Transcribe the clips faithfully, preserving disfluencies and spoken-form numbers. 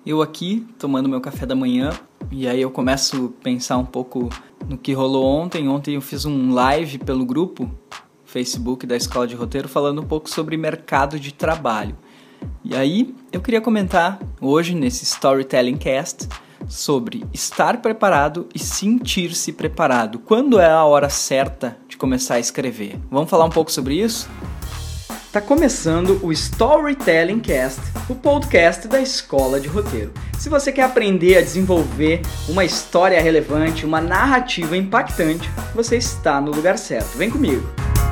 Eu aqui, tomando meu café da manhã, e aí eu começo a pensar um pouco no que rolou ontem. Ontem eu fiz um live pelo grupo Facebook da Escola de Roteiro falando um pouco sobre mercado de trabalho. E aí eu queria comentar hoje nesse Storytelling Cast sobre estar preparado e sentir-se preparado. Quando é a hora certa de começar a escrever? Vamos falar um pouco sobre isso? Tá começando o Storytelling Cast, o podcast da Escola de Roteiro. Se você quer aprender a desenvolver uma história relevante, uma narrativa impactante, você está no lugar certo. Vem comigo!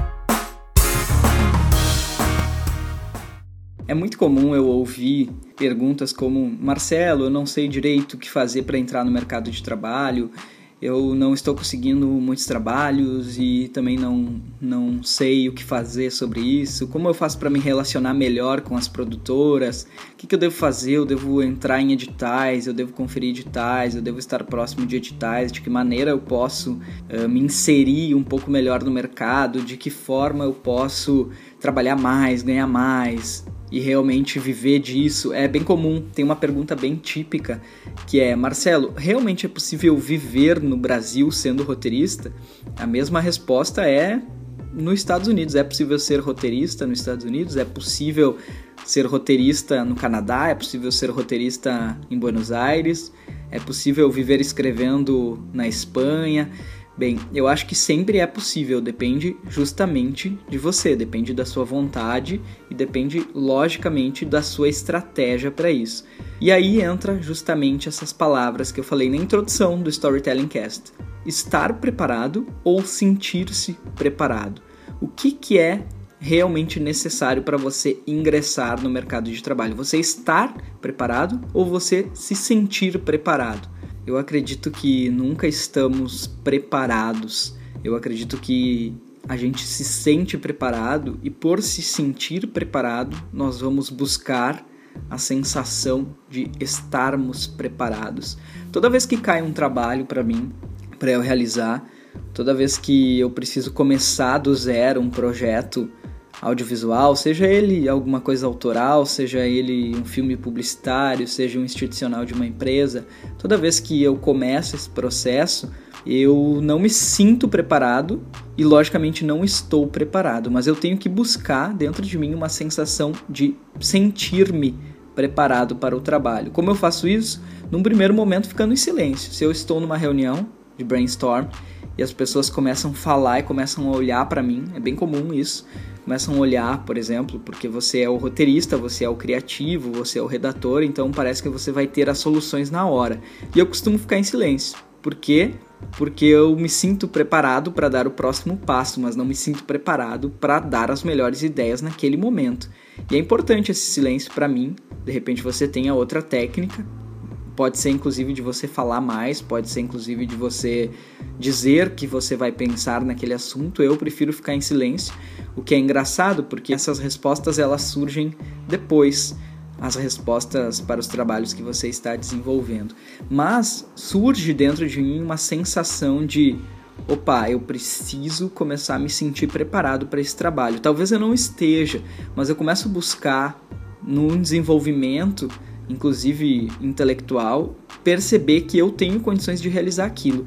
É muito comum eu ouvir perguntas como: Marcelo, eu não sei direito o que fazer para entrar no mercado de trabalho, eu não estou conseguindo muitos trabalhos e também não, não sei o que fazer sobre isso, como eu faço para me relacionar melhor com as produtoras, o que, que eu devo fazer, eu devo entrar em editais, eu devo conferir editais, eu devo estar próximo de editais, de que maneira eu posso uh, me inserir um pouco melhor no mercado, de que forma eu posso trabalhar mais, ganhar mais e realmente viver disso. É bem comum, tem uma pergunta bem típica que é: Marcelo, realmente é possível viver no Brasil sendo roteirista? A mesma resposta é: nos Estados Unidos. É possível ser roteirista nos Estados Unidos? É possível ser roteirista no Canadá? É possível ser roteirista em Buenos Aires? É possível viver escrevendo na Espanha? Bem, eu acho que sempre é possível, depende justamente de você, depende da sua vontade e depende, logicamente, da sua estratégia para isso. E aí entra justamente essas palavras que eu falei na introdução do Storytelling Cast: estar preparado ou sentir-se preparado. O que, que é realmente necessário para você ingressar no mercado de trabalho? Você estar preparado ou você se sentir preparado? Eu acredito que nunca estamos preparados. Eu acredito que a gente se sente preparado e, por se sentir preparado, nós vamos buscar a sensação de estarmos preparados. Toda vez que cai um trabalho para mim, para eu realizar, toda vez que eu preciso começar do zero um projeto audiovisual, seja ele alguma coisa autoral, seja ele um filme publicitário, seja um institucional de uma empresa, toda vez que eu começo esse processo, eu não me sinto preparado e, logicamente, não estou preparado, mas eu tenho que buscar dentro de mim uma sensação de sentir-me preparado para o trabalho. Como eu faço isso? Num primeiro momento, ficando em silêncio. Se eu estou numa reunião de brainstorm e as pessoas começam a falar e começam a olhar para mim, é bem comum isso, começam a olhar, por exemplo, porque você é o roteirista, você é o criativo, você é o redator, então parece que você vai ter as soluções na hora. E eu costumo ficar em silêncio. Por quê? Porque eu me sinto preparado para dar o próximo passo, mas não me sinto preparado para dar as melhores ideias naquele momento. E é importante esse silêncio para mim. De repente você tenha outra técnica. Pode ser inclusive de você falar mais, pode ser inclusive de você dizer que você vai pensar naquele assunto. Eu prefiro ficar em silêncio, o que é engraçado porque essas respostas elas surgem depois, as respostas para os trabalhos que você está desenvolvendo. Mas surge dentro de mim uma sensação de: opa, eu preciso começar a me sentir preparado para esse trabalho. Talvez eu não esteja, mas eu começo a buscar no desenvolvimento, inclusive intelectual, perceber que eu tenho condições de realizar aquilo.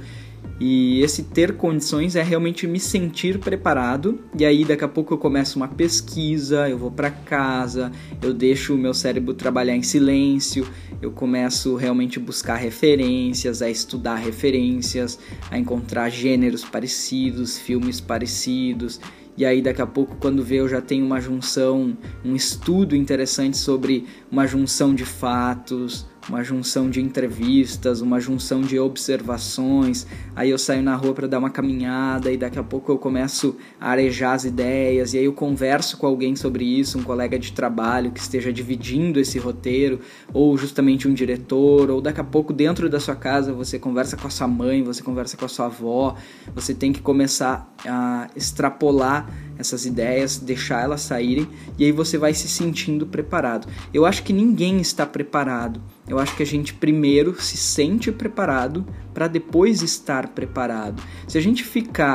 E esse ter condições é realmente me sentir preparado. E aí daqui a pouco eu começo uma pesquisa, eu vou para casa, eu deixo o meu cérebro trabalhar em silêncio, eu começo realmente a buscar referências, a estudar referências, a encontrar gêneros parecidos, filmes parecidos. E aí daqui a pouco, quando vê, eu já tenho uma junção, um estudo interessante sobre uma junção de fatos, uma junção de entrevistas, uma junção de observações. Aí eu saio na rua para dar uma caminhada e daqui a pouco eu começo a arejar as ideias, e aí eu converso com alguém sobre isso, um colega de trabalho que esteja dividindo esse roteiro, ou justamente um diretor, ou daqui a pouco dentro da sua casa você conversa com a sua mãe, você conversa com a sua avó. Você tem que começar a extrapolar essas ideias, deixar elas saírem, e aí você vai se sentindo preparado. Eu acho que ninguém está preparado. Eu acho que a gente primeiro se sente preparado para depois estar preparado. Se a gente ficar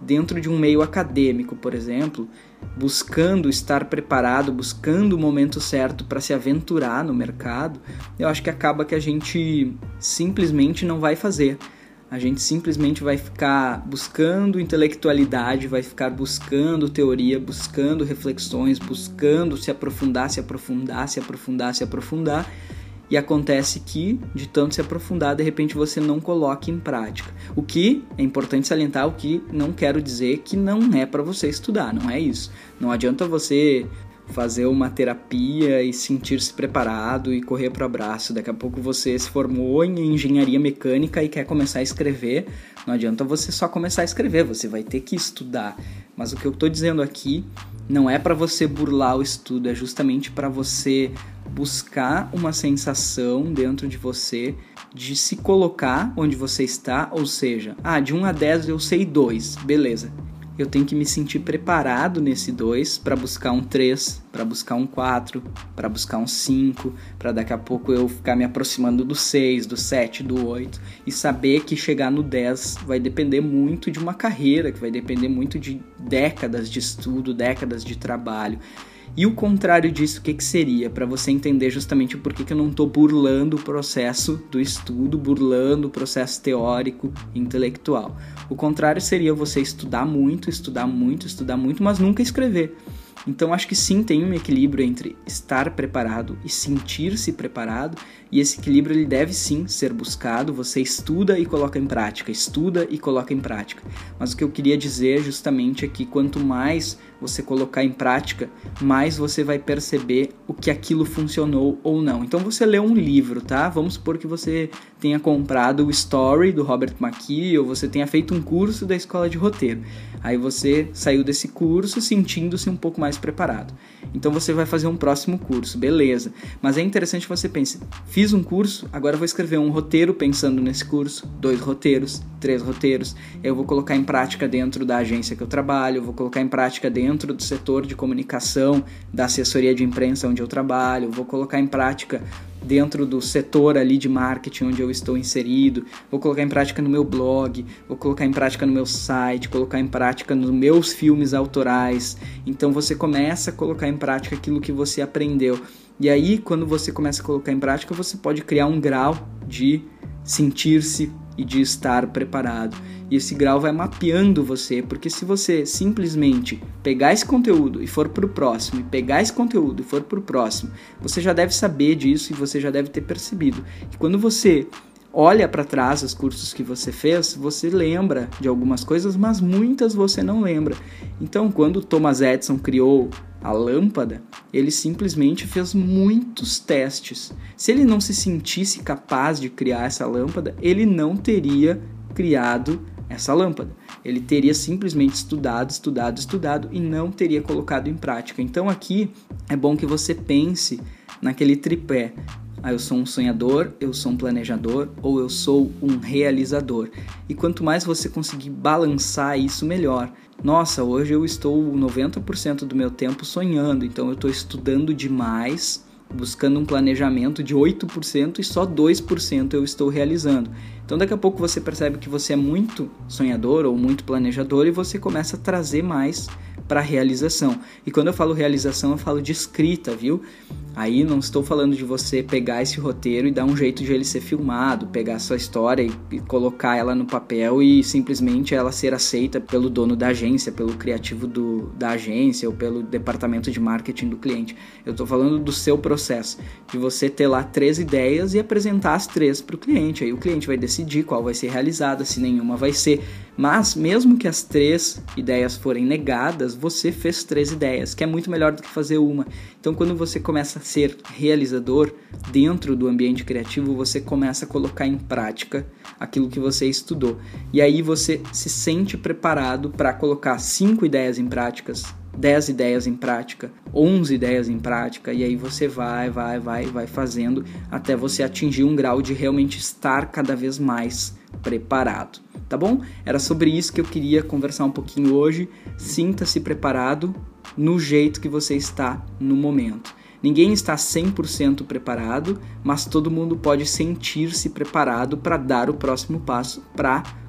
dentro de um meio acadêmico, por exemplo, buscando estar preparado, buscando o momento certo para se aventurar no mercado, eu acho que acaba que a gente simplesmente não vai fazer. A gente simplesmente vai ficar buscando intelectualidade, vai ficar buscando teoria, buscando reflexões, buscando se aprofundar, se aprofundar, se aprofundar, se aprofundar. E acontece que, de tanto se aprofundar, de repente você não coloca em prática. O que é importante salientar, o que não quero dizer que não é para você estudar, não é isso. Não adianta você fazer uma terapia e sentir-se preparado e correr para o abraço. Daqui a pouco você se formou em engenharia mecânica e quer começar a escrever. Não adianta você só começar a escrever, você vai ter que estudar. Mas o que eu estou dizendo aqui não é para você burlar o estudo, é justamente para você buscar uma sensação dentro de você de se colocar onde você está, ou seja, ah, de um a dez eu sei dois, beleza. Eu tenho que me sentir preparado nesse dois para buscar um três, para buscar um quatro, para buscar um cinco, para daqui a pouco eu ficar me aproximando do seis, do sete, do oito e saber que chegar no dez vai depender muito de uma carreira, que vai depender muito de décadas de estudo, décadas de trabalho. E o contrário disso, o que, que seria? Para você entender justamente por que, que eu não estou burlando o processo do estudo, burlando o processo teórico, intelectual. O contrário seria você estudar muito, estudar muito, estudar muito, mas nunca escrever. Então acho que sim, tem um equilíbrio entre estar preparado e sentir-se preparado, e esse equilíbrio ele deve sim ser buscado. Você estuda e coloca em prática, estuda e coloca em prática. Mas o que eu queria dizer justamente é que quanto mais você colocar em prática, mais você vai perceber o que aquilo funcionou ou não. Então você lê um livro, tá? Vamos supor que você tenha comprado o Story do Robert McKee ou você tenha feito um curso da escola de roteiro. Aí você saiu desse curso sentindo-se um pouco mais preparado. Então você vai fazer um próximo curso, beleza. Mas é interessante que você pense, fiz um curso, agora eu vou escrever um roteiro pensando nesse curso, dois roteiros, três roteiros. Eu vou colocar em prática dentro da agência que eu trabalho, eu vou colocar em prática dentro do setor de comunicação, da assessoria de imprensa onde eu trabalho, eu vou colocar em prática dentro do setor ali de marketing onde eu estou inserido, vou colocar em prática no meu blog, vou colocar em prática no meu site, colocar em prática nos meus filmes autorais. Então você começa a colocar em prática aquilo que você aprendeu. E aí, quando você começa a colocar em prática, você pode criar um grau de sentir-se e de estar preparado. E esse grau vai mapeando você, porque se você simplesmente pegar esse conteúdo e for para o próximo, e pegar esse conteúdo e for para o próximo, você já deve saber disso e você já deve ter percebido. E quando você olha para trás os cursos que você fez, você lembra de algumas coisas, mas muitas você não lembra. Então, quando Thomas Edison criou a lâmpada, ele simplesmente fez muitos testes. Se ele não se sentisse capaz de criar essa lâmpada, ele não teria criado essa lâmpada. Ele teria simplesmente estudado, estudado, estudado e não teria colocado em prática. Então aqui é bom que você pense naquele tripé. Ah, eu sou um sonhador, eu sou um planejador ou eu sou um realizador. E quanto mais você conseguir balançar isso, melhor. Nossa, hoje eu estou noventa por cento do meu tempo sonhando, então eu estou estudando demais, buscando um planejamento de oito por cento e só dois por cento eu estou realizando. Então daqui a pouco você percebe que você é muito sonhador ou muito planejador e você começa a trazer mais para a realização. E quando eu falo realização, eu falo de escrita, viu? Aí não estou falando de você pegar esse roteiro e dar um jeito de ele ser filmado, pegar a sua história e, e colocar ela no papel e simplesmente ela ser aceita pelo dono da agência, pelo criativo do, da agência ou pelo departamento de marketing do cliente. Eu estou falando do seu processo, de você ter lá três ideias e apresentar as três para o cliente. Aí o cliente vai decidir qual vai ser realizada, se nenhuma vai ser. Mas mesmo que as três ideias forem negadas, você fez três ideias, que é muito melhor do que fazer uma. Então quando você começa a ser realizador dentro do ambiente criativo, você começa a colocar em prática aquilo que você estudou. E aí você se sente preparado para colocar cinco ideias em práticas, dez ideias em prática, onze ideias em prática, e aí você vai, vai, vai, vai fazendo até você atingir um grau de realmente estar cada vez mais preparado. Tá bom? Era sobre isso que eu queria conversar um pouquinho hoje. Sinta-se preparado no jeito que você está no momento. Ninguém está cem por cento preparado, mas todo mundo pode sentir-se preparado para dar o próximo passo, para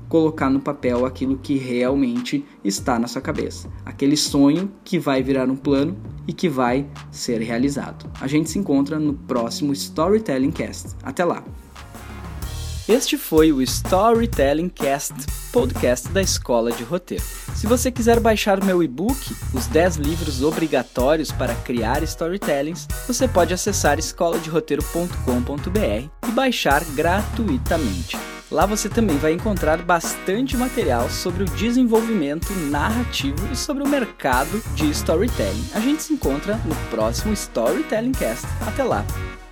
colocar no papel aquilo que realmente está na sua cabeça. Aquele sonho que vai virar um plano e que vai ser realizado. A gente se encontra no próximo Storytelling Cast. Até lá! Este foi o Storytelling Cast, podcast da Escola de Roteiro. Se você quiser baixar meu e-book, Os dez livros obrigatórios para criar storytellings, você pode acessar escola de roteiro ponto com ponto b r e baixar gratuitamente. Lá você também vai encontrar bastante material sobre o desenvolvimento narrativo e sobre o mercado de storytelling. A gente se encontra no próximo Storytelling Cast. Até lá!